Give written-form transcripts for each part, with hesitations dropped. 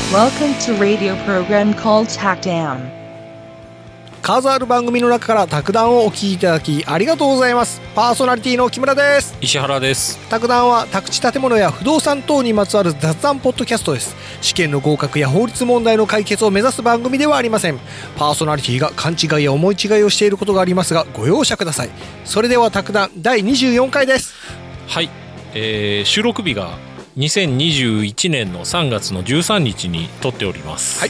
Welcome to radio program called TACDAM。 数ある番組の中から卓談をお聞きいただきありがとうございます。パーソナリティの木村です。 石原です。 卓談は宅地建物や不動産等にまつわる雑談ポッドキャストです。試験の合格や法律問題の解決を目指す番組ではありません。パーソナリティが勘違いや思い違いをしていることがありますがご容赦ください。それでは卓談第24回です。 はい、収録日が2021年の3月の13日に撮っております。 はい。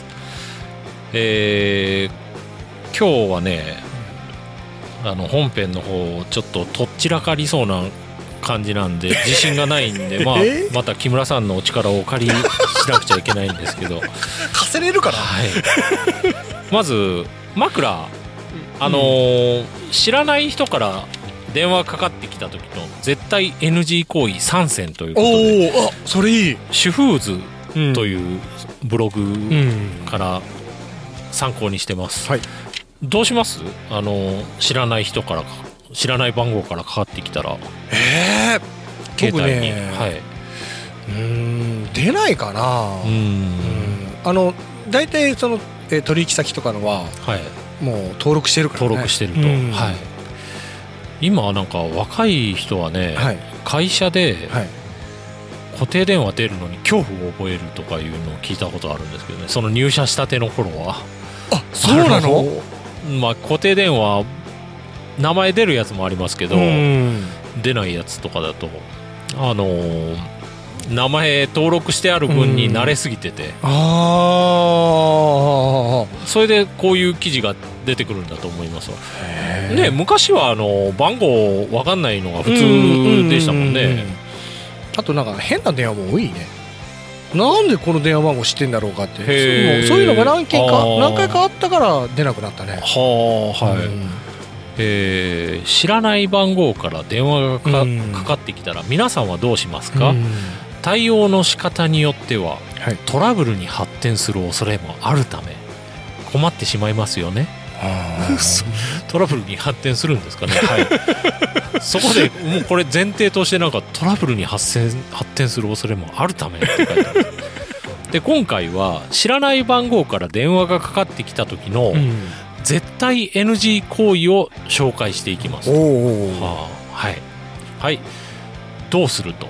今日はね、本編の方ちょっととっちらかりそうな感じなんで自信がないんで、また木村さんのお力をお借りしなくちゃいけないんですけど貸せれるかな。 はい、まず枕、知らない人から電話かかってきた時の絶対 NG 行為3選ということで、 それいい。 シュフーズというブログから参考にしてます。 はい。 どうします？知らない人から知らない番号からかかってきたら、携帯に、はい、 出ないかな。だいたいその取引先とかのは、はい、もう登録してるからね。 登録してると、はい。今なんか若い人はね、はい、会社で固定電話出るのに恐怖を覚えるとかいうのを聞いたことあるんですけどね。その入社したての頃は。 あ、そうなの？ 固定電話名前出るやつもありますけど、出ないやつとかだと名前登録してある分に慣れすぎてて、それでこういう記事が出てくるんだと思いますわ。ね、昔は番号分かんないのが普通でしたもんね。 あとなんか変な電話も多いね。なんでこの電話番号知ってんだろうかって、そういうのが何回かあったから出なくなったね。 知らない番号から電話が かかってきたら皆さんはどうしますか？対応の仕方によっては、はい、トラブルに発展する恐れもあるため困ってしまいますよね。トラブルに発展するんですかね。はい、そこでもうこれ前提としてなんかトラブルに発展する恐れもあるためって書いてある。で今回は知らない番号から電話がかかってきた時の絶対 NG 行為を紹介していきます。はいはい、どうすると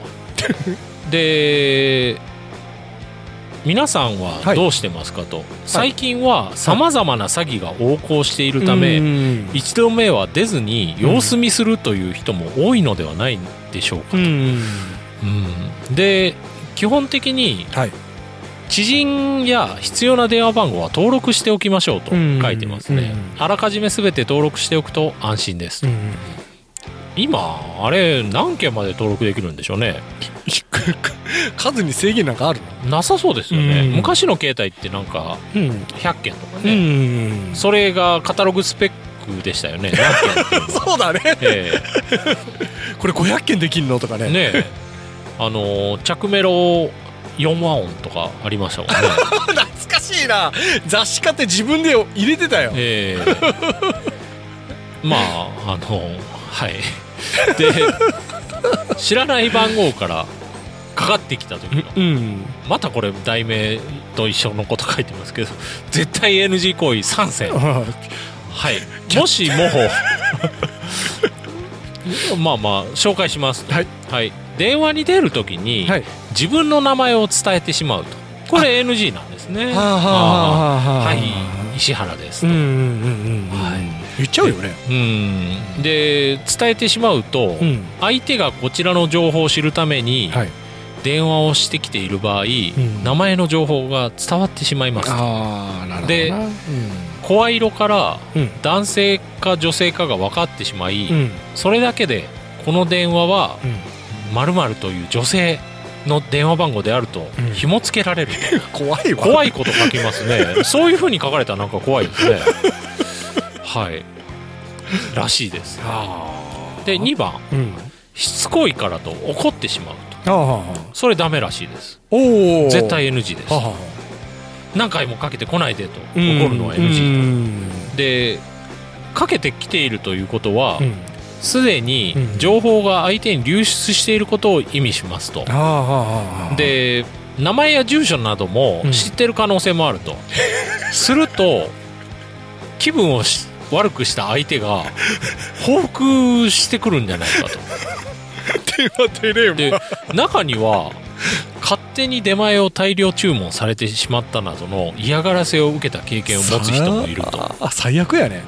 で皆さんはどうしてますかと、最近はさまざまな詐欺が横行しているため、一度目は出ずに様子見するという人も多いのではないでしょうかと。で基本的に、知人や必要な電話番号は登録しておきましょうと書いてますね。あらかじめ全て登録しておくと安心ですと。今あれ何件まで登録できるんでしょうね。 数に制限なんかあるの？ なさそうですよね。昔の携帯ってなんか100件とかね、それがカタログスペックでしたよね。何件ってそうだね、これ500件できんのとかね。 着メロ4和音とかありましたもんね。 懐かしいな。雑誌買って自分で入れてたよ。はいで知らない番号からかかってきた時の、またこれ題名と一緒のこと書いてますけど絶対 NG 行為3選。はい、もしも紹介します。はい、電話に出る時に、自分の名前を伝えてしまうとこれ NG なんですね。はい、石原ですと。 言っちゃうよね。 で伝えてしまうと、相手がこちらの情報を知るために、電話をしてきている場合、名前の情報が伝わってしまいますと。で、声色から男性か女性かが分かってしまい、それだけでこの電話は〇〇という女性の電話番号であると紐付けられると。怖いこと書きますね。そういう風に書かれたらなんか怖いですね。はい、らしいです。で2番、しつこいからと怒ってしまうと、それダメらしいです。絶対 NG です。何回もかけてこないでと怒るのは NG と。でかけてきているということは、すでに情報が相手に流出していることを意味しますと。で名前や住所なども知ってる可能性もあると、すると気分を悪くした相手が報復してくるんじゃないかと。 電話出れんわ。 で中には勝手に出前を大量注文されてしまったなどの嫌がらせを受けた経験を持つ人もいると。 最悪やね。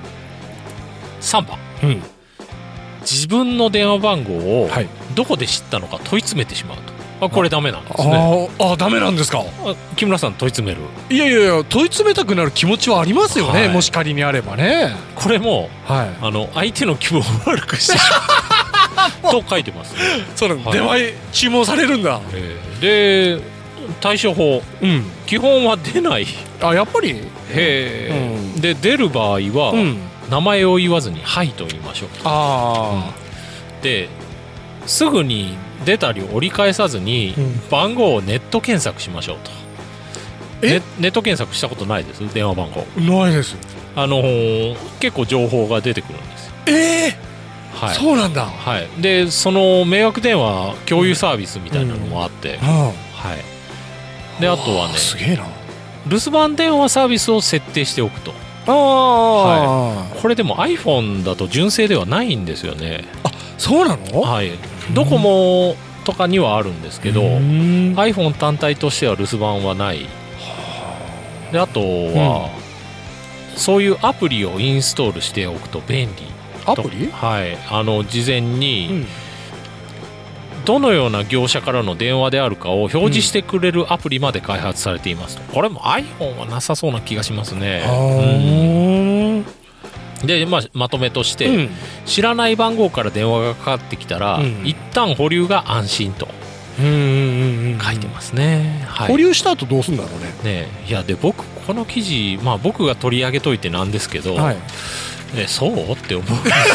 3番、自分の電話番号をどこで知ったのか問い詰めてしまうと。これダメなんですね。 ダメなんですか。 木村さん問い詰める？ いや問い詰めたくなる気持ちはありますよね、もし仮にあればね。 これも、相手の気分を悪くしてしまうと書いてますね。 そうなんだ、出前注文されるんだ。 で対処法、基本は出ない。 やっぱり。 で出る場合は、名前を言わずに「はい」と言いましょう。ですぐに出たり折り返さずに番号をネット検索しましょうと。ネット検索したことないです？電話番号ないです。 結構情報が出てくるんですよ。 そうなんだ。 でその迷惑電話共有サービスみたいなのもあって、であとはね、 すげえな、 留守番電話サービスを設定しておくと。これでも iPhone だと純正ではないんですよね。 そうなの？ ドコモとかにはあるんですけど、iPhone 単体としては留守番はない。であとは、そういうアプリをインストールしておくと便利。 アプリ？ 事前に、どのような業者からの電話であるかを表示してくれるアプリまで開発されていますと。これも iPhone はなさそうな気がしますね。でまとめとして、知らない番号から電話がかかってきたら、一旦保留が安心と書いてますね。 保留した後どうするんだろうね。 いやで僕この記事、僕が取り上げといてなんですけど、そうって思う。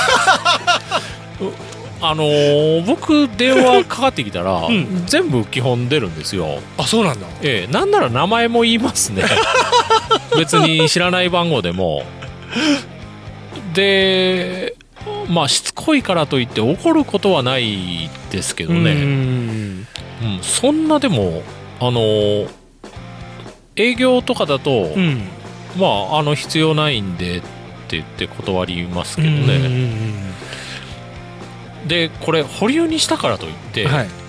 僕電話かかってきたら、全部基本出るんですよ。 そうなんだ。 なんなら名前も言いますね。別に知らない番号でも。でしつこいからといって怒ることはないですけどね。そんなでも営業とかだと、必要ないんでって言って断りますけどね。でこれ保留にしたからといって、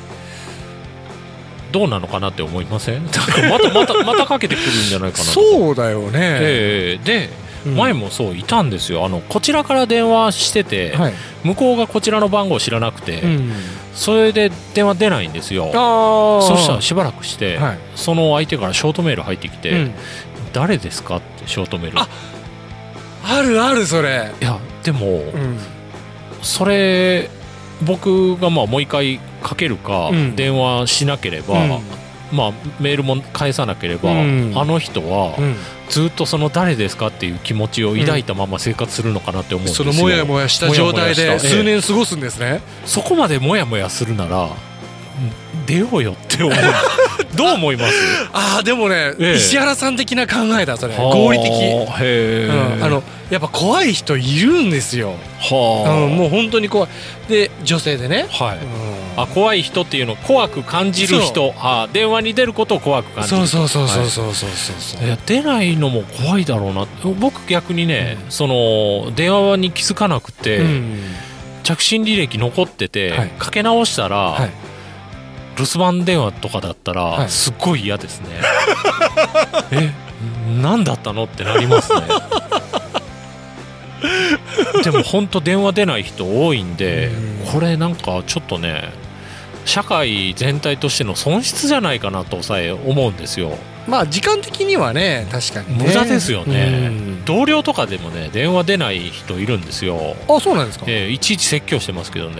どうなのかなって思いません？またかけてくるんじゃないかなと。 そうだよね。 で前もそういたんですよ。こちらから電話してて、向こうがこちらの番号を知らなくて、それで電話出ないんですよ。そしたらしばらくして、その相手からショートメール入ってきて、誰ですかってショートメール。 あるそれ。 いやでも、それ僕がもう一回かけるか、電話しなければ、メールも返さなければ、あの人はずっとその誰ですかっていう気持ちを抱いたまま生活するのかなって思うんですよ。 そのモヤモヤした状態で数年過ごすんですね。 そこまでモヤモヤするなら出ようよって思う。どう思います？ でもね、石原さん的な考えだそれ。合理的。やっぱ怖い人いるんですよ。もう本当に怖い。で女性でね、 怖い人っていうのを怖く感じる人、電話に出ることを怖く感じる。そう出ないのも怖いだろうな。僕逆にね、その電話に気づかなくて、着信履歴残ってて、かけ直したら、留守番電話とかだったら、すっごい嫌ですね。何だったのってなりますね。でも本当電話出ない人多いんで、これなんかちょっとね、社会全体としての損失じゃないかなとさえ思うんですよ。 時間的にはね、確かにね、 無駄ですよね。同僚とかでもね、電話出ない人いるんですよ。 そうなんですか。 いちいち説教してますけどね。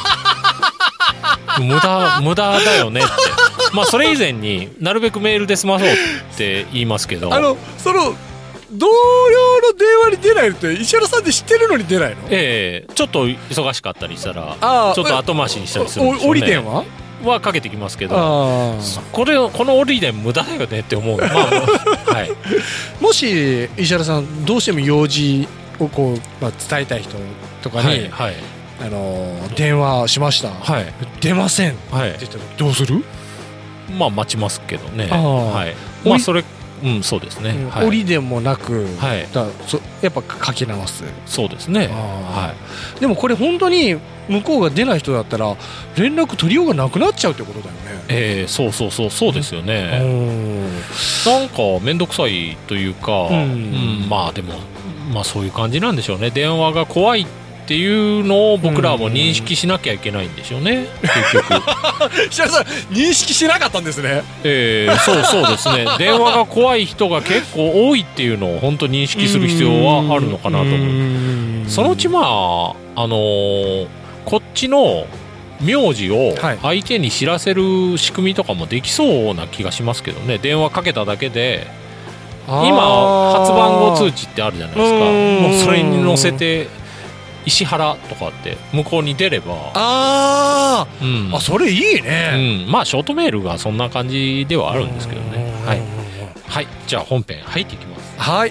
無駄だよねって。それ以前になるべくメールで済まそうって言いますけど、 その同僚の電話に出ないのって石原さんって知ってるのに出ないの？ ちょっと忙しかったりしたらちょっと後回しにしたりするんですよね。 折り電話はかけてきますけど、この折り電無駄だよねって思う。もし石原さんどうしても用事を伝えたい人とかに、電話しました、出ません、って言ったらどうする？ まあ待ちますけどね。はい。まあそれそうですね。 折りでもなく、やっぱ書き直す。 そうですね。はい。でもこれ本当に向こうが出ない人だったら連絡取りようがなくなっちゃうってことだよね。 そうですよね。なんか面倒くさいというか、まあでもまあそういう感じなんでしょうね。電話が怖いっていうのを僕らも認識しなきゃいけないんでしょうね、結局。 設楽さん認識しなかったんですね。 そうですね。電話が怖い人が結構多いっていうのを本当に認識する必要はあるのかなと思う。そのうちまあこっちの名字を相手に知らせる仕組みとかもできそうな気がしますけどね。電話かけただけで今初番号通知ってあるじゃないですか。もうそれに載せて石原とかって向こうに出ればそれいいね。 まあショートメールがそんな感じではあるんですけどね。はい、じゃあ本編入っていきます。 はい。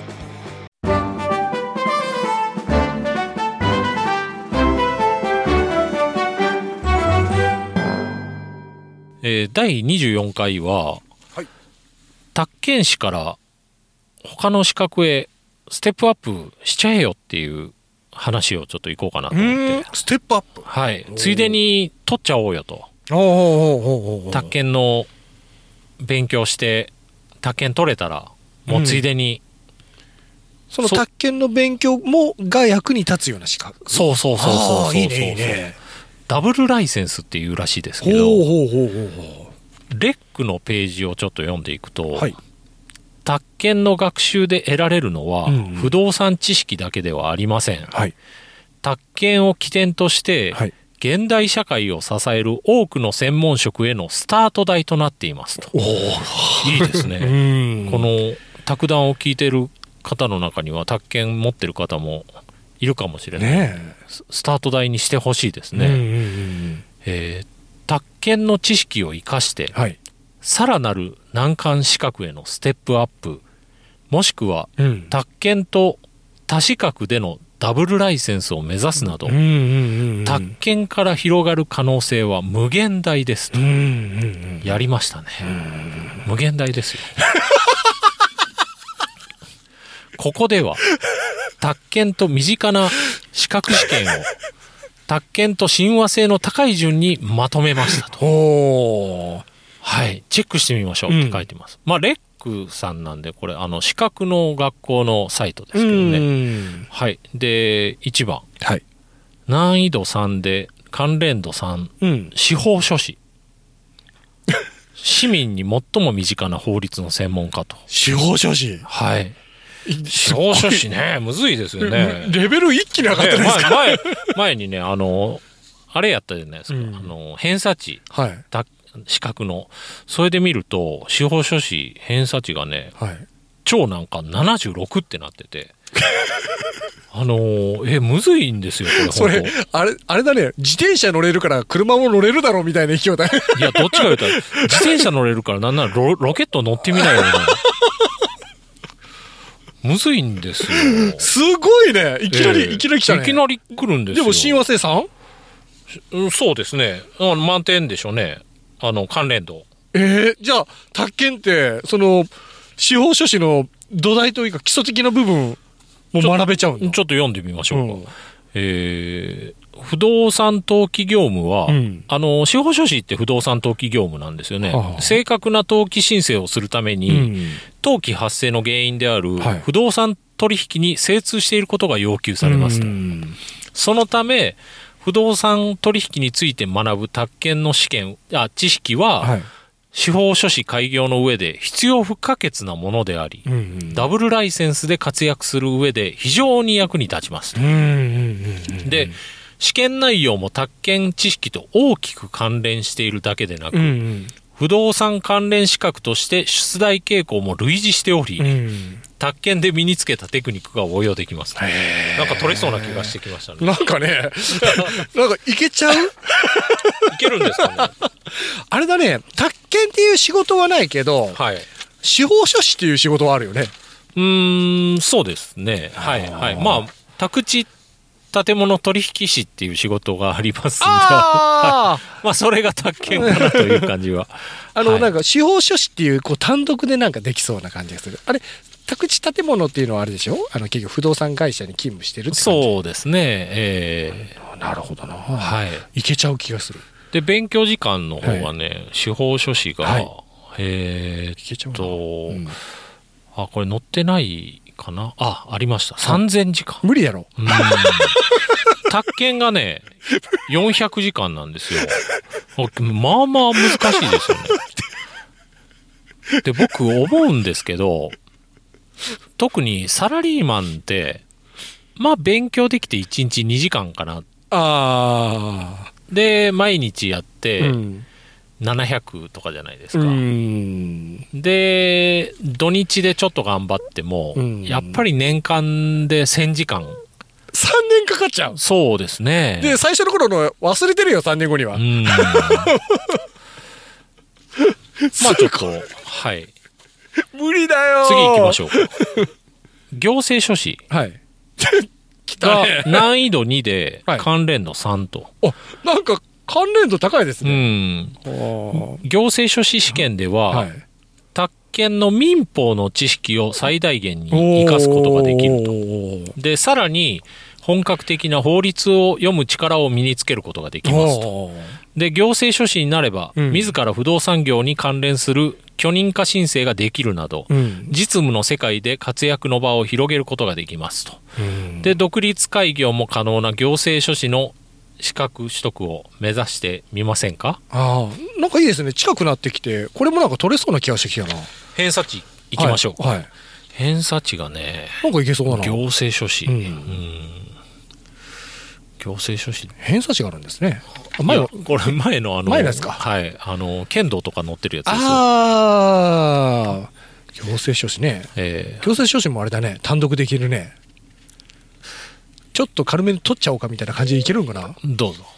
第24回は、宅建士から他の資格へステップアップしちゃえよっていう話をちょっといこうかなと思って。 ステップアップ、 はい、ついでに取っちゃおうよと。宅建の勉強して宅建取れたらもうついでに、 その宅建の勉強もが役に立つような資格。 そういいねいいね。 ダブルライセンスっていうらしいですけど、レックのページをちょっと読んでいくと、宅建の学習で得られるのは不動産知識だけではありません。宅建を起点として現代社会を支える多くの専門職へのスタート台となっていますと。いいですね。この宅談を聞いている方の中には宅建持ってる方もいるかもしれない、スタート台にしてほしいですね。宅建の知識を生かして、さらなる難関資格へのステップアップ、もしくは、宅建と多資格でのダブルライセンスを目指すなど、宅建から広がる可能性は無限大ですと。やりましたね。無限大ですよ。ここでは宅建と身近な資格試験を宅建と親和性の高い順にまとめましたと。はい、チェックしてみましょうって書いてます。まあレックさんなんでこれ資格の学校のサイトですけどね。はい。で1番、難易度3で関連度3、司法書士。市民に最も身近な法律の専門家と。 司法書士。 はい。司法書士ね、むずいですよね。 レベル一気に上がってるんですか。 前にね、あれやったじゃないですか。偏差値、資格の。それで見ると、司法書士偏差値がね、超なんか76ってなってて。むずいんですよ、これ。 それ、あれだね、自転車乗れるから車も乗れるだろうみたいな勢いだ。いや、どっちか言うと、自転車乗れるからなんならロケット乗ってみないよね。むずいんですよ。 すごいね。いきなり来たね。 いきなり来るんですよ。 でも親和性さん？そうですね。満点でしょうね。関連度。 じゃあ宅建ってその司法書士の土台というか基礎的な部分も学べちゃうの？ちょっと読んでみましょうか。不動産登記業務は、司法書士って不動産登記業務なんですよね。正確な登記申請をするために、登記発生の原因である不動産取引に精通していることが要求されますと。そのため不動産取引について学ぶ宅建の知識は、司法書士開業の上で必要不可欠なものであり、ダブルライセンスで活躍する上で非常に役に立ちますと。で、試験内容も宅建知識と大きく関連しているだけでなく、不動産関連資格として出題傾向も類似しており、宅建で身につけたテクニックが応用できます。なんか取れそうな気がしてきましたね。 なんかね、なんかいけちゃう？いけるんですかね。 あれだね、宅建っていう仕事はないけど、司法書士っていう仕事はあるよね。 そうですね。まあ宅地っ建物取引士っていう仕事がありますんで、まあそれが宅建かなという感じはなんか司法書士っていう単独でなんかできそうな感じがする。あれ宅地建物っていうのはあれでしょ、結局不動産会社に勤務してるって感じ。 そうですね、 なるほどな、 はい、 いけちゃう気がする。で勉強時間の方はね、司法書士が、 いけちゃうな。 これ載ってないかなありました。3000時間。 無理やろ。 宅建がね400時間なんですよ。まあまあ難しいですよね。で僕思うんですけど、特にサラリーマンってまあ勉強できて1日2時間かな。で毎日やって、700とかじゃないですか。で土日でちょっと頑張っても、やっぱり年間で1000時間 3年かかっちゃう。 そうですね。 で最初の頃の忘れてるよ、3年後には。 まあちょっとはい無理だよ。 次行きましょうか。行政書士が難易度2で関連度3と、 なんか関連度高いですね。 行政書士試験では、宅建の民法の知識を最大限に生かすことができると。でさらに本格的な法律を読む力を身につけることができますと。で行政書士になれば、自ら不動産業に関連する許認可申請ができるなど、実務の世界で活躍の場を広げることができますと。で独立開業も可能な行政書士の資格取得を目指してみませんか。 なんかいいですね。近くなってきて、これもなんか取れそうな気がしてきたな。 偏差値いきましょうか。偏差値がね、 なんかいけそうだな。 行政書士、行政書士偏差値があるんですね。 これ前の前ですか。 剣道とか載ってるやつです。 行政書士ね。行政書士もあれだね、単独できるね。ちょっと軽めに取っちゃおうかみたいな感じでいけるんかな。 どうぞ。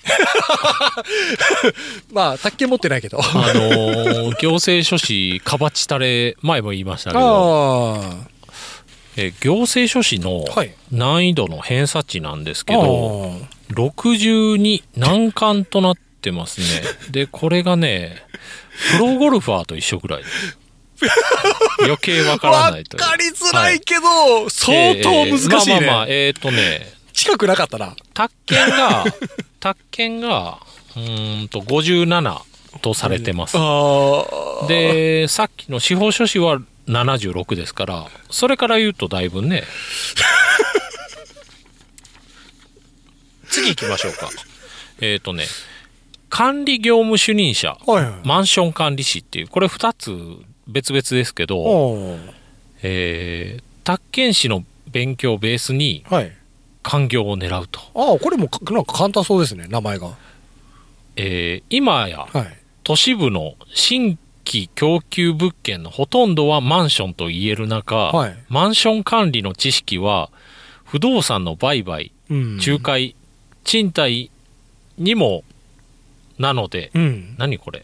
まあ宅建持ってないけど行政書士かばちたれ前も言いましたけど、行政書士の難易度の偏差値なんですけど、62難関となってますね。でこれがねプロゴルファーと一緒ぐらい余計わからないという。 わかりづらいけど、相当難しいね。近くなかったな。 宅建が57とされてます。でさっきの司法書士は76ですから、それから言うとだいぶね。次行きましょうか。管理業務主任者、マンション管理士っていう、これ2つ別々ですけど、宅建士の勉強をベースに官業を狙うと。 これもなんか簡単そうですね、名前が。 今や、都市部の新規供給物件のほとんどはマンションと言える中、マンション管理の知識は不動産の売買、仲介、賃貸にもなので、何これ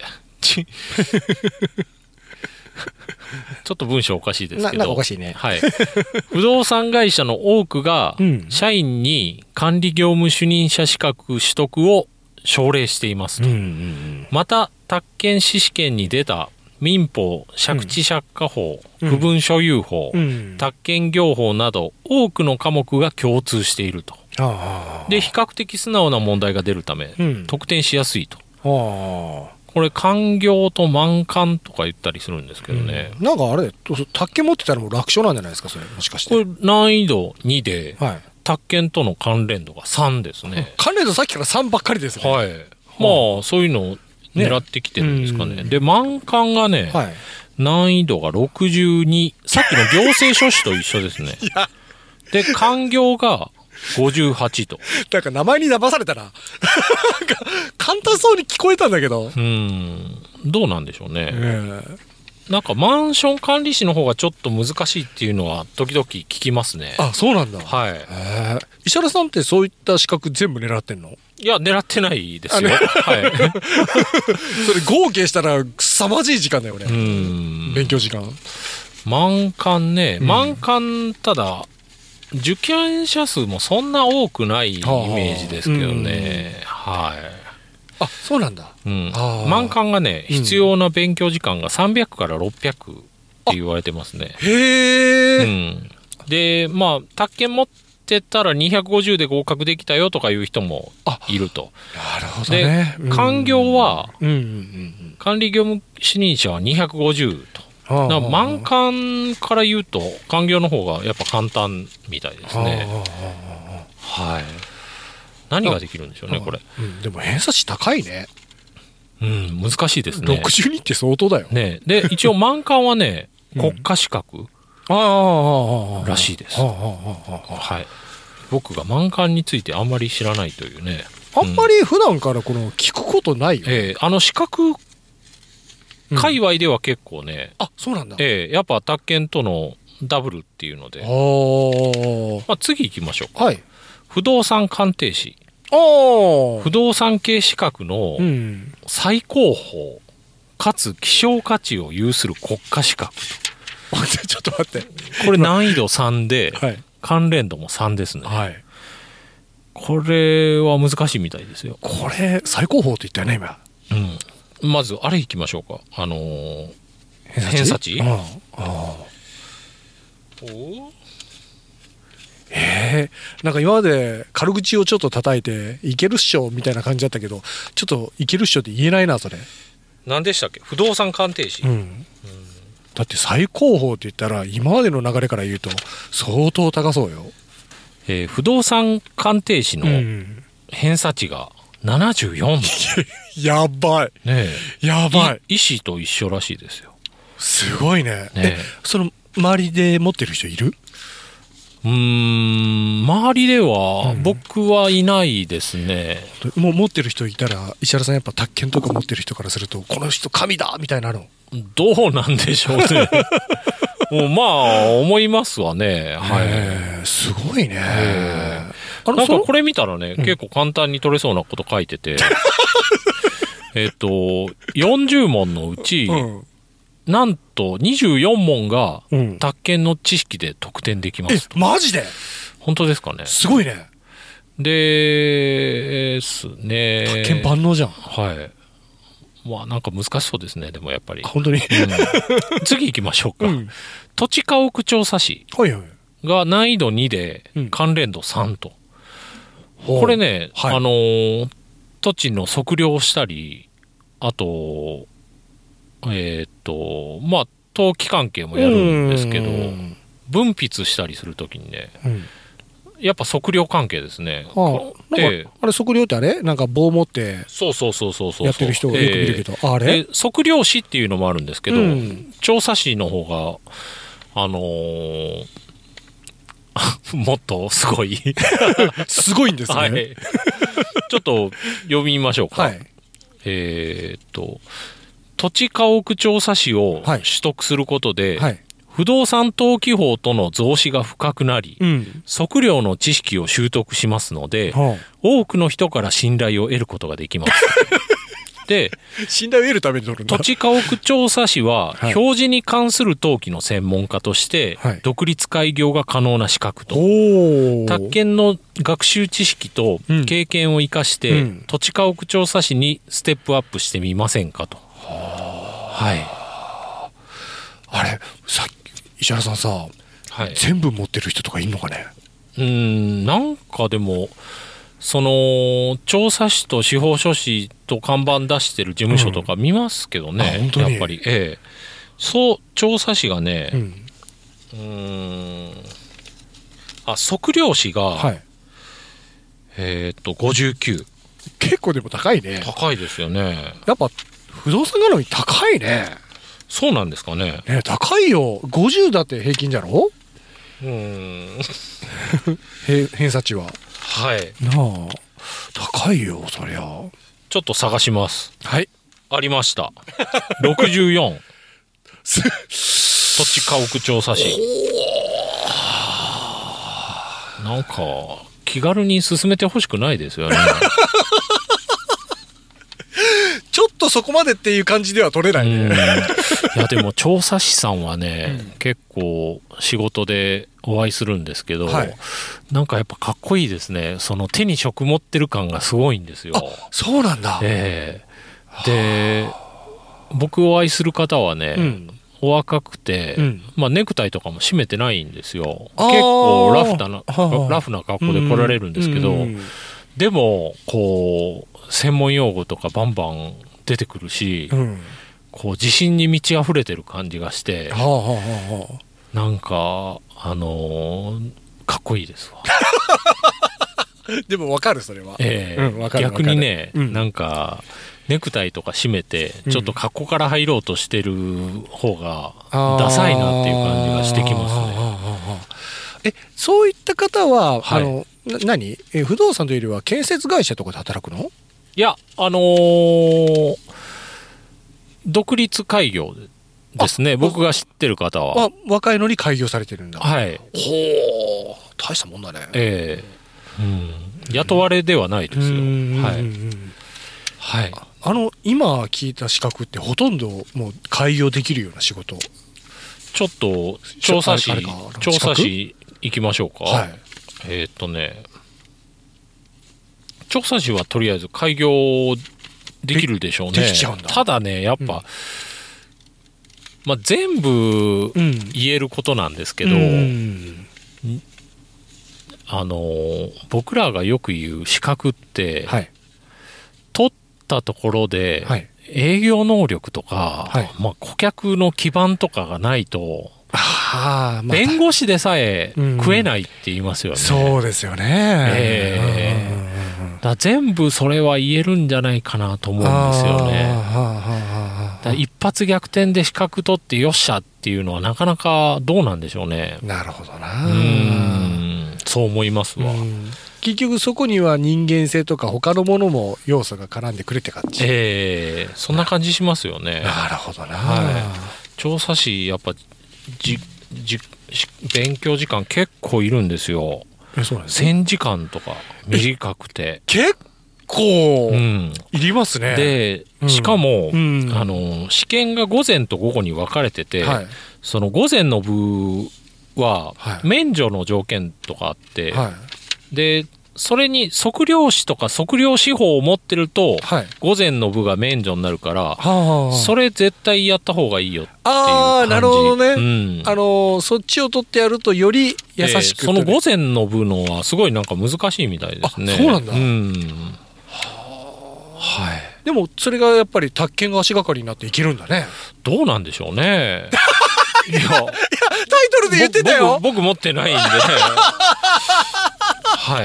ちょっと文章おかしいですけど、 なんかおかしいね。 不動産会社の多くが社員に管理業務主任者資格取得を奨励していますと。また宅建士試験に出た民法、借地借家法、区分所有法、宅建業法など多くの科目が共通していると。で比較的素直な問題が出るため、得点しやすいと。これ官業と満官とか言ったりするんですけどね、 なんかあれ宅建持ってたらもう楽勝なんじゃないですか、それ。もしかしてこれ難易度2で、宅建との関連度が3ですね。 関連度さっきから3ばっかりですね。 まあそういうのを狙ってきてるんですかね。で満官がね、難易度が62、さっきの行政書士と一緒ですね。で官業が58と。 なんか名前に騙されたな。なんか簡単そうに聞こえたんだけど。 どうなんでしょうね。なんかマンション管理士の方がちょっと難しいっていうのは時々聞きますね。 そうなんだ。石原さんってそういった資格全部狙ってんの？ いや狙ってないですよ。それ合計したら凄まじい時間だよね。勉強時間。 満官ね、満官ただ受験者数もそんな多くないイメージですけどね、はい。 あ、そうなんだ。 満館がね、必要な勉強時間が300から600って言われてますね。 へえ。 で、まあ宅建持ってたら250で合格できたよとかいう人もいると。 なるほどね。 で、官業は、管理業務主任者は250と。だから満館から言うと官業の方がやっぱ簡単みたいですね。はい。何ができるんでしょうね、これ。 でも偏差値高いね。 難しいですね。 62って相当だよ。 ね。で、一応満館はね、国家資格らしいです。はい。僕が満館についてあんまり知らないというね。 あんまり普段からこの聞くことないよね。 資格界隈では結構ね、 そうなんだ。 やっぱ宅建とのダブルっていうので、まあ、次行きましょうか。はい。不動産鑑定士。不動産系資格の最高峰かつ希少価値を有する国家資格。 ちょっと待って。 これ難易度3で、関連度も3ですね。はい。これは難しいみたいですよ。 これ最高峰って言ったよね今。まずあれいきましょうか。偏差値。 なんか今まで軽口をちょっと叩いていけるっしょみたいな感じだったけど、ちょっといけるっしょって言えないなそれ。 何でしたっけ？不動産鑑定士。 だって最高峰って言ったら今までの流れから言うと相当高そうよ。 不動産鑑定士の偏差値が74。 やばい。ねえ。やばい。 医師と一緒らしいですよ。 すごいね。その周りで持ってる人いる？ 周りでは僕はいないですね。 もう持ってる人いたら石原さんやっぱ宅建とか持ってる人からするとこの人神だみたいなの。 どうなんでしょうね。もうまあ思いますわね。 はい。すごいね。 なんかこれ見たらね、結構簡単に取れそうなこと書いてて、40問のうち、なんと24問が宅建の知識で得点できます。 マジで？ 本当ですかね。 すごいね。 ですね。 宅建万能じゃん。 はい。まあなんか難しそうですね。でもやっぱり。 本当に。 次行きましょうか。土地家屋調査士が難易度2で関連度3と。これね、土地の測量したり、あと、まあ、登記関係もやるんですけど、分筆したりするときにね、やっぱ測量関係ですね。 あれ測量ってあれなんか棒持ってやってる人がよく見るけど、あれ測量士っていうのもあるんですけど、調査士の方がもっとすごいすごいんですね、はい、 ちょっと読みましょうか、はい、土地家屋調査士を取得することで、はい、不動産登記法との増資が深くなり、測量の知識を習得しますので、多くの人から信頼を得ることができますで、 信頼を得るために取るんだ。 土地家屋調査士は、表示に関する登記の専門家として、独立開業が可能な資格と、宅建の学習知識と経験を生かして、土地家屋調査士にステップアップしてみませんかと。はい。 あれ、さっき石原さんさ、全部持ってる人とかいんのかね？ なんかでもその調査士と司法書士と看板出してる事務所とか見ますけどね、やっぱり、そう調査士がね、測量士が、59。 結構でも高いね。 高いですよね。 やっぱ不動産絡み高いね。 そうなんですかね。 高いよ。50だって平均じゃろ？偏差値は。 はい。 なあ、高いよそりゃ。 ちょっと探します。 はい。 ありました。64。土地家屋調査士。なんか気軽に進めてほしくないですよね。 ちょっとそこまでっていう感じでは取れないね。 いやでも調査師さんはね、結構仕事でお会いするんですけど、なんかやっぱかっこいいですね。その手に職持ってる感がすごいんですよ。 あ、そうなんだ。 で僕お会いする方はね、お若くて、まあ、ネクタイとかも締めてないんですよ。結構ラフな格好で来られるんですけど、でもこう専門用語とかバンバン出てくるし、こう自信に満ち溢れてる感じがして、なんかかっこいいですわ。 でも分かる、それは。 逆にね、なんかネクタイとか締めてちょっと格好から入ろうとしてる方がダサいなっていう感じがしてきますね。 そういった方は、何不動産というよりは建設会社とかで働くの？ いや、独立開業ですね。僕が知ってる方は。 若いのに開業されてるんだ。 はい。 ほう、大したもんだね。 雇われではないですよ。はい。 今聞いた資格ってほとんどもう開業できるような仕事。 ちょっと調査士行きましょうか。はい。調査士はとりあえず開業できるでしょうね。 できちゃうんだ。 ただね、やっぱ、まあ、全部言えることなんですけど、僕らがよく言う資格って、取ったところで、営業能力とか、まあ、顧客の基盤とかがないと、弁護士でさえ食えないって言いますよね。 そうですよね。 だ全部それは言えるんじゃないかなと思うんですよね。だ一発逆転で資格取ってよっしゃっていうのはなかなかどうなんでしょうね。 なるほどな。 そう思いますわ。 結局そこには人間性とか他のものも要素が絡んでくるって感じ。 そんな感じしますよね。 なるほどな。 調査士やっぱ勉強時間結構いるんですよ。1000時間とか短くて結構いりますね。 でしかも、試験が午前と午後に分かれてて、その午前の部は免除の条件とかあって、でそれに測量士とか測量士法を持ってると、午前の部が免除になるから、それ絶対やった方がいいよっていう感じ。 なるほどね。そっちを取ってやるとより優しく、 その午前の部のはすごいなんか難しいみたいですね。 そうなんだ。でもそれがやっぱり宅建が足がかりになっていけるんだね。 どうなんでしょうね。いやタイトルで言ってたよ。 僕持ってないんでね。はい。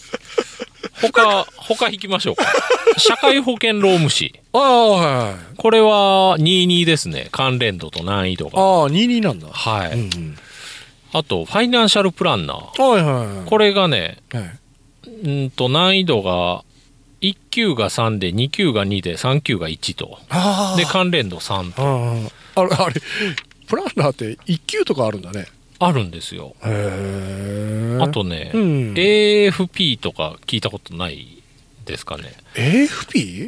他引きましょうか。社会保険労務士。これは22ですね。関連度と難易度が。 22なんだ。 はい。あとファイナンシャルプランナー。これがね、難易度が1級が3で2級が2で3級が1と。で関連度3と。 あれプランナーって1級とかあるんだね。 あるんですよ。あとね、AFP とか聞いたことないですかね。 AFP？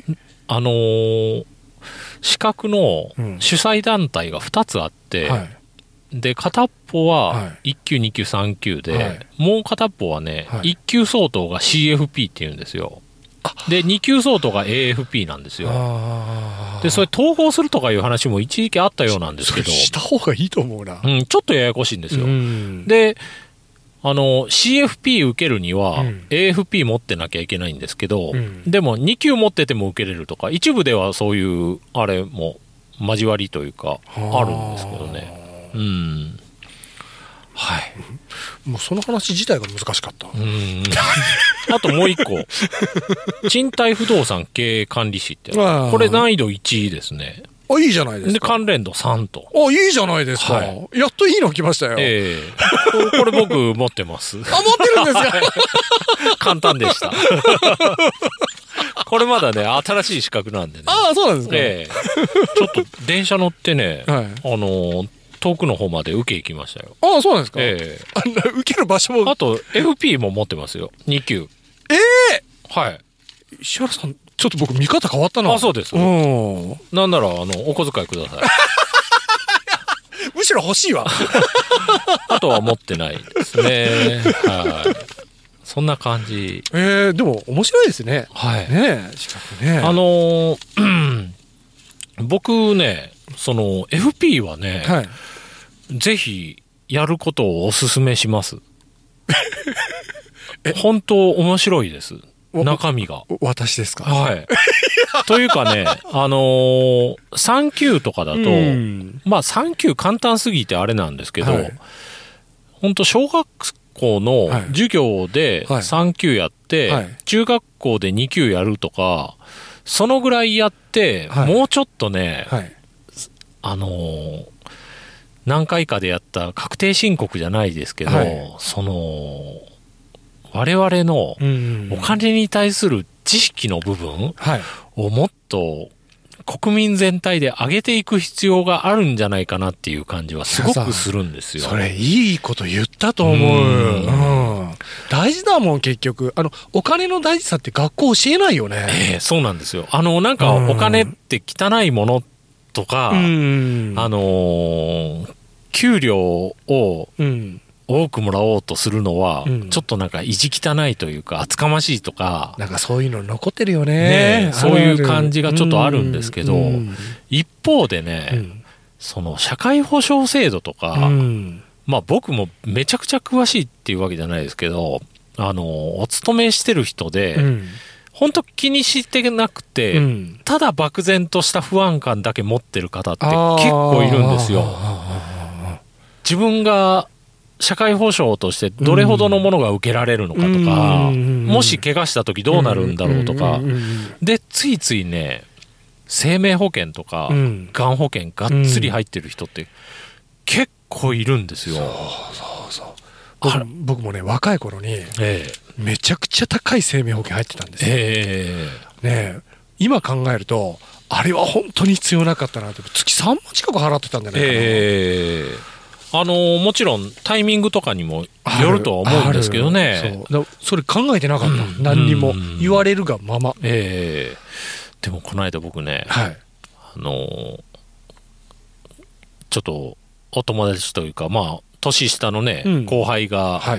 資格の主催団体が2つあって、で片っぽは1級2級3級で、もう片っぽはね、1級相当が CFP っていうんですよ。で2級相当が AFP なんですよ。でそれ統合するとかいう話も一時期あったようなんですけど、 した方がいいと思うな。 ちょっとややこしいんですよ。でCFP 受けるには AFP 持ってなきゃいけないんですけど、でも2級持ってても受けれるとか、一部ではそういうあれも交わりというかあるんですけどね。はい。 もうその話自体が難しかった。 あともう一個。賃貸不動産経営管理士ってやつ。これ難易度1ですね。 いいじゃないですか。 で関連度3と。 いいじゃないですか。やっといいの来ましたよ。 これ僕持ってます。 持ってるんですか。 簡単でした。これまだね新しい資格なんでね。 そうなんですか。 ちょっと電車乗ってね、遠くの方まで受け行きましたよ。 そうなんですか。受ける場所も。 あと FP も持ってますよ。2級。はい。 石原さんちょっと僕見方変わったな。 そうです。なんならお小遣いください。 むしろ欲しいわ。 あとは持ってないですね。はい。そんな感じ。 でも面白いですね。 はい。 ね資格ね。 僕ね、その FP はね、はい、ぜひやることをお勧めします。本当面白いです。中身が。 私ですか？ はい。というかね、3級とかだと、まあ3級簡単すぎてあれなんですけど、はい、本当小学校の授業で3級やって、はいはい、中学校で2級やるとか、そのぐらいやって、はい、もうちょっとね、はい、何回かでやった確定申告じゃないですけど、はい、その我々のお金に対する知識の部分をもっと国民全体で上げていく必要があるんじゃないかなっていう感じはすごくするんですよ。 それいいこと言ったと思う。大事だもん結局。お金の大事さって学校教えないよね。 そうなんですよ。なんかお金って汚いものとか、給料を多くもらおうとするのは、ちょっとなんか意地汚いというか厚かましいとか、 なんかそういうの残ってるよね。 そういう感じがちょっとあるんですけど、一方でね、その社会保障制度とか、まあ僕もめちゃくちゃ詳しいっていうわけじゃないですけど、お勤めしてる人で、本当気にしてなくて、ただ漠然とした不安感だけ持ってる方って結構いるんですよ。自分が社会保障としてどれほどのものが受けられるのかとか、もし怪我した時どうなるんだろうとか、でついついね、生命保険とかがん保険がっつり入ってる人って結構いるんですよ。 僕もね若い頃にめちゃくちゃ高い生命保険入ってたんですよ。ね、今考えるとあれは本当に必要なかったなって。月3万近く払ってたんじゃないかな。 もちろんタイミングとかにもよるとは思うんですけどね。 それ考えてなかった、何にも言われるがまま。 でもこの間僕ね、はい、ちょっとお友達というか、まあ年下のね、後輩が、はい、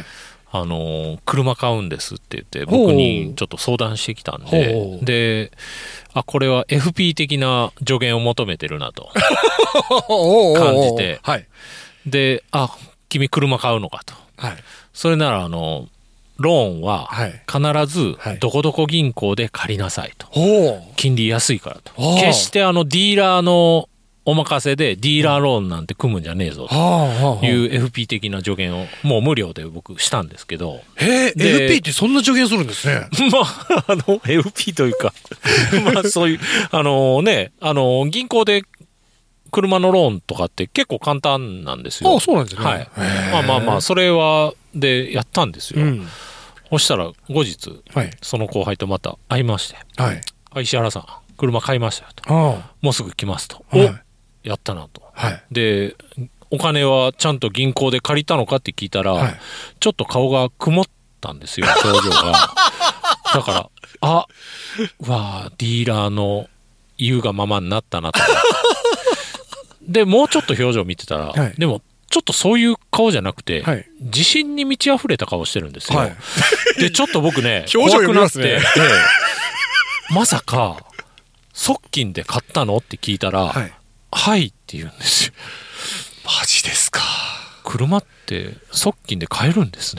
車買うんですって言って僕にちょっと相談してきたんで、で、これは FP 的な助言を求めてるなと感じて、はい、で、君車買うのかと、はい、それならローンは必ずどこどこ銀行で借りなさいと、金利安いからと、決してディーラーのお任せでディーラーローンなんて組むんじゃねえぞという FP 的な助言をもう無料で僕したんですけど。 FP ってそんな助言するんですね。 まあFP というかまあそういうね、銀行で車のローンとかって結構簡単なんですよ。 そうなんですね。 はい。まあそれはでやったんですよ。そしたら後日、その後輩とまた会いまして、石原さん車買いましたよと、もうすぐ来ますと、やったなと、でお金はちゃんと銀行で借りたのかって聞いたら、ちょっと顔が曇ったんですよ、表情が。だからディーラーの言うがままになったなと。でもうちょっと表情見てたら、でもちょっとそういう顔じゃなくて、自信に満ち溢れた顔してるんですよ。でちょっと僕ね怖くなって、 まさか側近で買ったのって聞いたら、はいって言うんですよ。 マジですか。 車って側近で買えるんですね。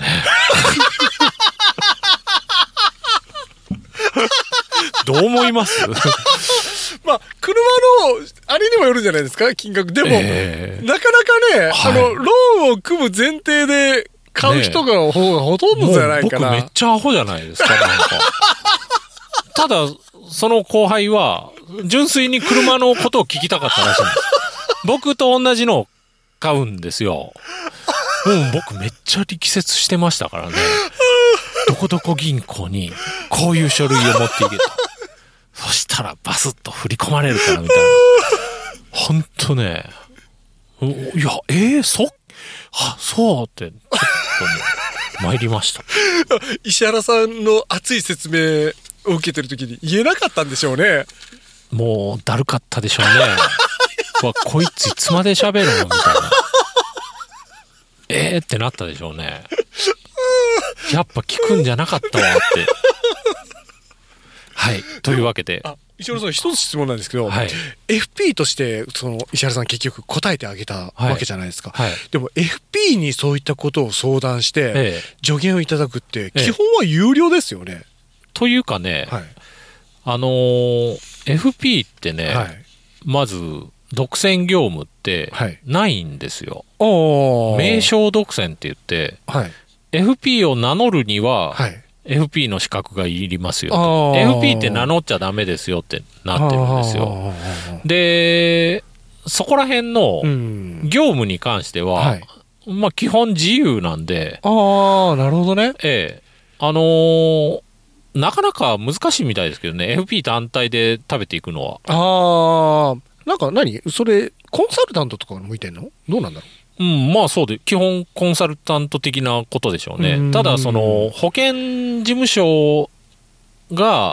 どう思います？ まあ車のあれにもよるじゃないですか、金額でも、なかなかね、ローンを組む前提で買う人が方がほとんどじゃないかな。 僕めっちゃアホじゃないですか。なんかただその後輩は純粋に車のことを聞きたかったらしいんです。僕と同じのを買うんですよ。僕めっちゃ力説してましたからね。どこどこ銀行にこういう書類を持っていけと。そしたらバスッと振り込まれるからみたいな。ほんとね。いや、そうって、ちょっと参りました。 石原さんの熱い説明を受けてる時に言えなかったんでしょうね。 もうだるかったでしょうね。こいついつまで喋るのみたいな。 ってなったでしょうね。やっぱ聞くんじゃなかったわって。はい。というわけで。 石原さん、一つ質問なんですけど、はい、FP として石原さん結局答えてあげたわけじゃないですか、はいはい、でも FP にそういったことを相談して、助言をいただくって基本は有料ですよね。 というかね、FP ってね、まず独占業務ってないんですよ。名称独占って言って、FP を名乗るには、FP の資格がいりますよと。FP って名乗っちゃダメですよってなってるんですよ。で、そこら辺の業務に関しては、まあ基本自由なんで。 なるほどね。 なかなか難しいみたいですけどね、FP 単体で食べていくのは。 なんかそれ、コンサルタントとか向いてんの？どうなんだろう？ まあそうで、基本コンサルタント的なことでしょうね。ただ、保険事務所が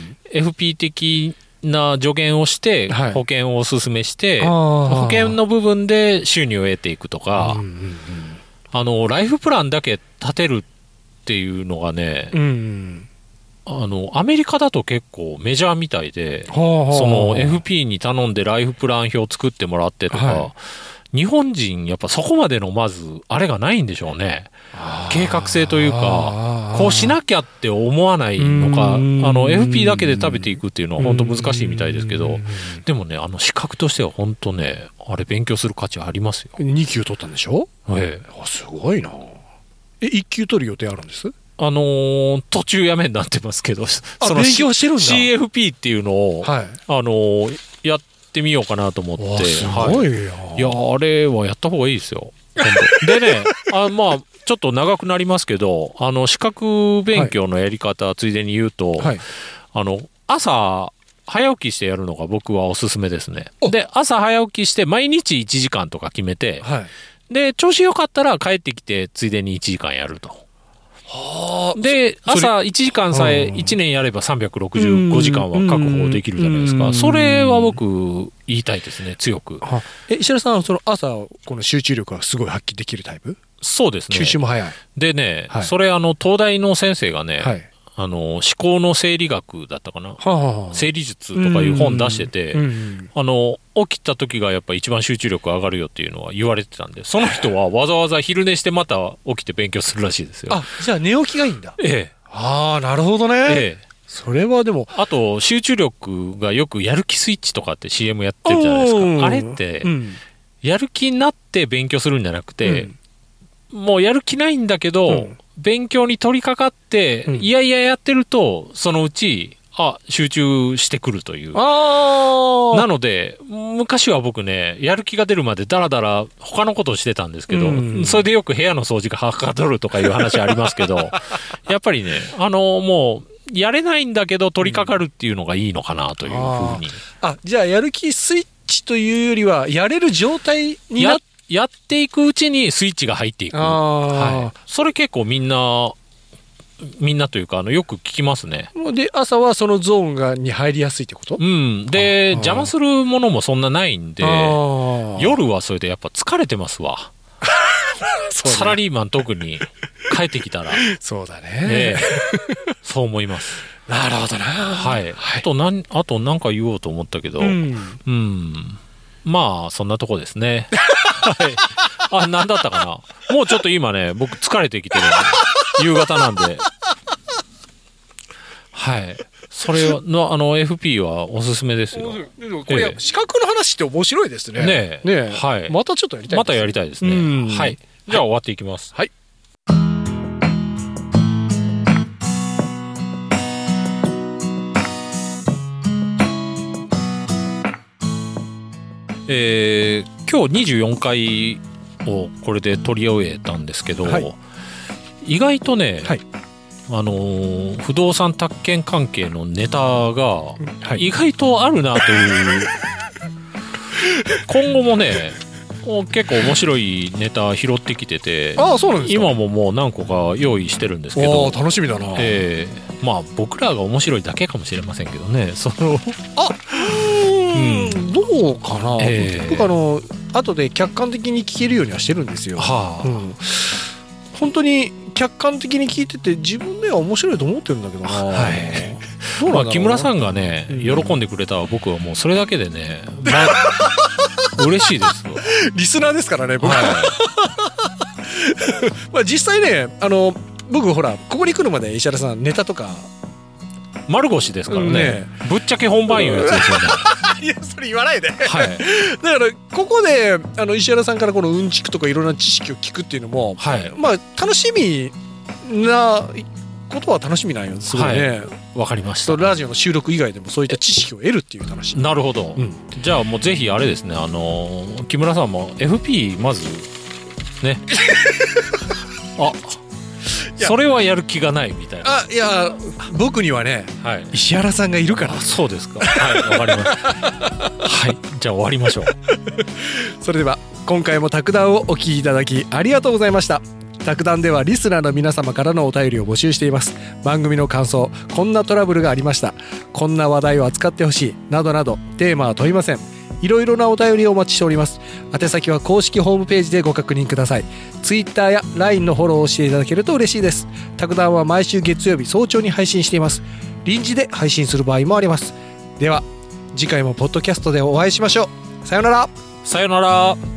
FP 的な助言をして、保険をお勧めして、保険の部分で収入を得ていくとか、ライフプランだけ立てるっていうのがね、アメリカだと結構メジャーみたいで、FP に頼んでライフプラン表作ってもらってとか、日本人やっぱそこまでのまずあれがないんでしょうね。計画性というか、こうしなきゃって思わないのか、FP だけで食べていくっていうのは本当難しいみたいですけど、でもね、資格としては本当ね、あれ勉強する価値ありますよ。 2級取ったんでしょ？すごいな。1級取る予定あるんです？ 途中やめになってますけど、 勉強してるんだ。 CFP っていうのを、やってみようかなと思って。 すごいよ。 いや、あれはやった方がいいですよ。でね、まあ、ちょっと長くなりますけど、資格勉強のやり方、ついでに言うと、朝、早起きしてやるのが僕はおすすめですね。で、朝早起きして、毎日1時間とか決めて、で、調子良かったら帰ってきて、ついでに1時間やると。で、朝1時間さえ1年やれば365時間は確保できるじゃないですか。それは僕言いたいですね、強く。 石原さんは朝この集中力がすごい発揮できるタイプ？ そうですね。 吸収も早い。 でね、それ東大の先生がね、思考の生理学だったかな、生理術とかいう本出してて、起きた時がやっぱ一番集中力上がるよっていうのは言われてたんで、その人はわざわざ昼寝してまた起きて勉強するらしいですよ。 じゃあ寝起きがいいんだ。なるほどね。それはでも、 あと集中力がよくやる気スイッチとかって CM やってるじゃないですか。あれって、やる気になって勉強するんじゃなくて、もうやる気ないんだけど、勉強に取り掛かって、いやいややってると、そのうち、集中してくるという。なので、昔は僕ね、やる気が出るまでダラダラ他のことをしてたんですけど、それでよく部屋の掃除がはかどるとかいう話ありますけど、やっぱりね、もう、やれないんだけど取り掛かるっていうのがいいのかなというふうに。 じゃあやる気スイッチというよりは、やれる状態にやっていくうちにスイッチが入っていく。それ結構みんなというかよく聞きますね。 で、朝はそのゾーンに入りやすいってこと？ で、邪魔するものもそんなないんで、夜はそれでやっぱ疲れてますわ。サラリーマン特に帰ってきたら。 そうだね。 そう思います。 なるほどな。 あと何か言おうと思ったけど、まあそんなとこですね。何だったかな。もうちょっと今ね、僕疲れてきてるんで、夕方なんで。それのFP はおすすめですよ。 これ資格の話って面白いですね。またちょっとやりたいですね。 またやりたいですね。じゃあ終わっていきます。今日24回をこれで取り終えたんですけど、意外とね、不動産宅建関係のネタが意外とあるなという、今後もね結構面白いネタ拾ってきてて、今ももう何個か用意してるんですけど、 楽しみだな。 まあ僕らが面白いだけかもしれませんけどね。 どうかな。僕後で客観的に聞けるようにはしてるんですよ、はあ、うん、本当に客観的に聞いてて自分では面白いと思ってるんだけどな、はい、 どうなんだろうな。木村さんがね、喜んでくれたら僕はもうそれだけでね、嬉しいですリスナーですからね僕は、はいまあ実際ね僕ほらここに来るまで石原さんネタとか丸腰ですから ねぶっちゃけ本番いうやつですよねいやそれ言わないで、はい、だからここで石原さんからこのうんちくとかいろんな知識を聞くっていうのも、はい、まあ楽しみなことは楽しみなんよすごいね。 わ、かりました。 ラジオの収録以外でもそういった知識を得るっていう楽しみ。 なるほど、うん、じゃあもうぜひあれですね、木村さんも FP まずねあそれはやる気がないみたいな。 いや僕にはね、はい、石原さんがいるから。 そうですか。はいわかりましたはいじゃあ終わりましょうそれでは今回も卓談をお聞きいただきありがとうございました。卓談ではリスナーの皆様からのお便りを募集しています。番組の感想、こんなトラブルがありました、こんな話題を扱ってほしいなどなどテーマは問いません。いろいろなお便りをお待ちしております。宛先は公式ホームページでご確認ください。 Twitter や LINE のフォローをしていただけると嬉しいです。卓談は毎週月曜日早朝に配信しています。臨時で配信する場合もあります。では次回もポッドキャストでお会いしましょう。さよなら。 さよなら。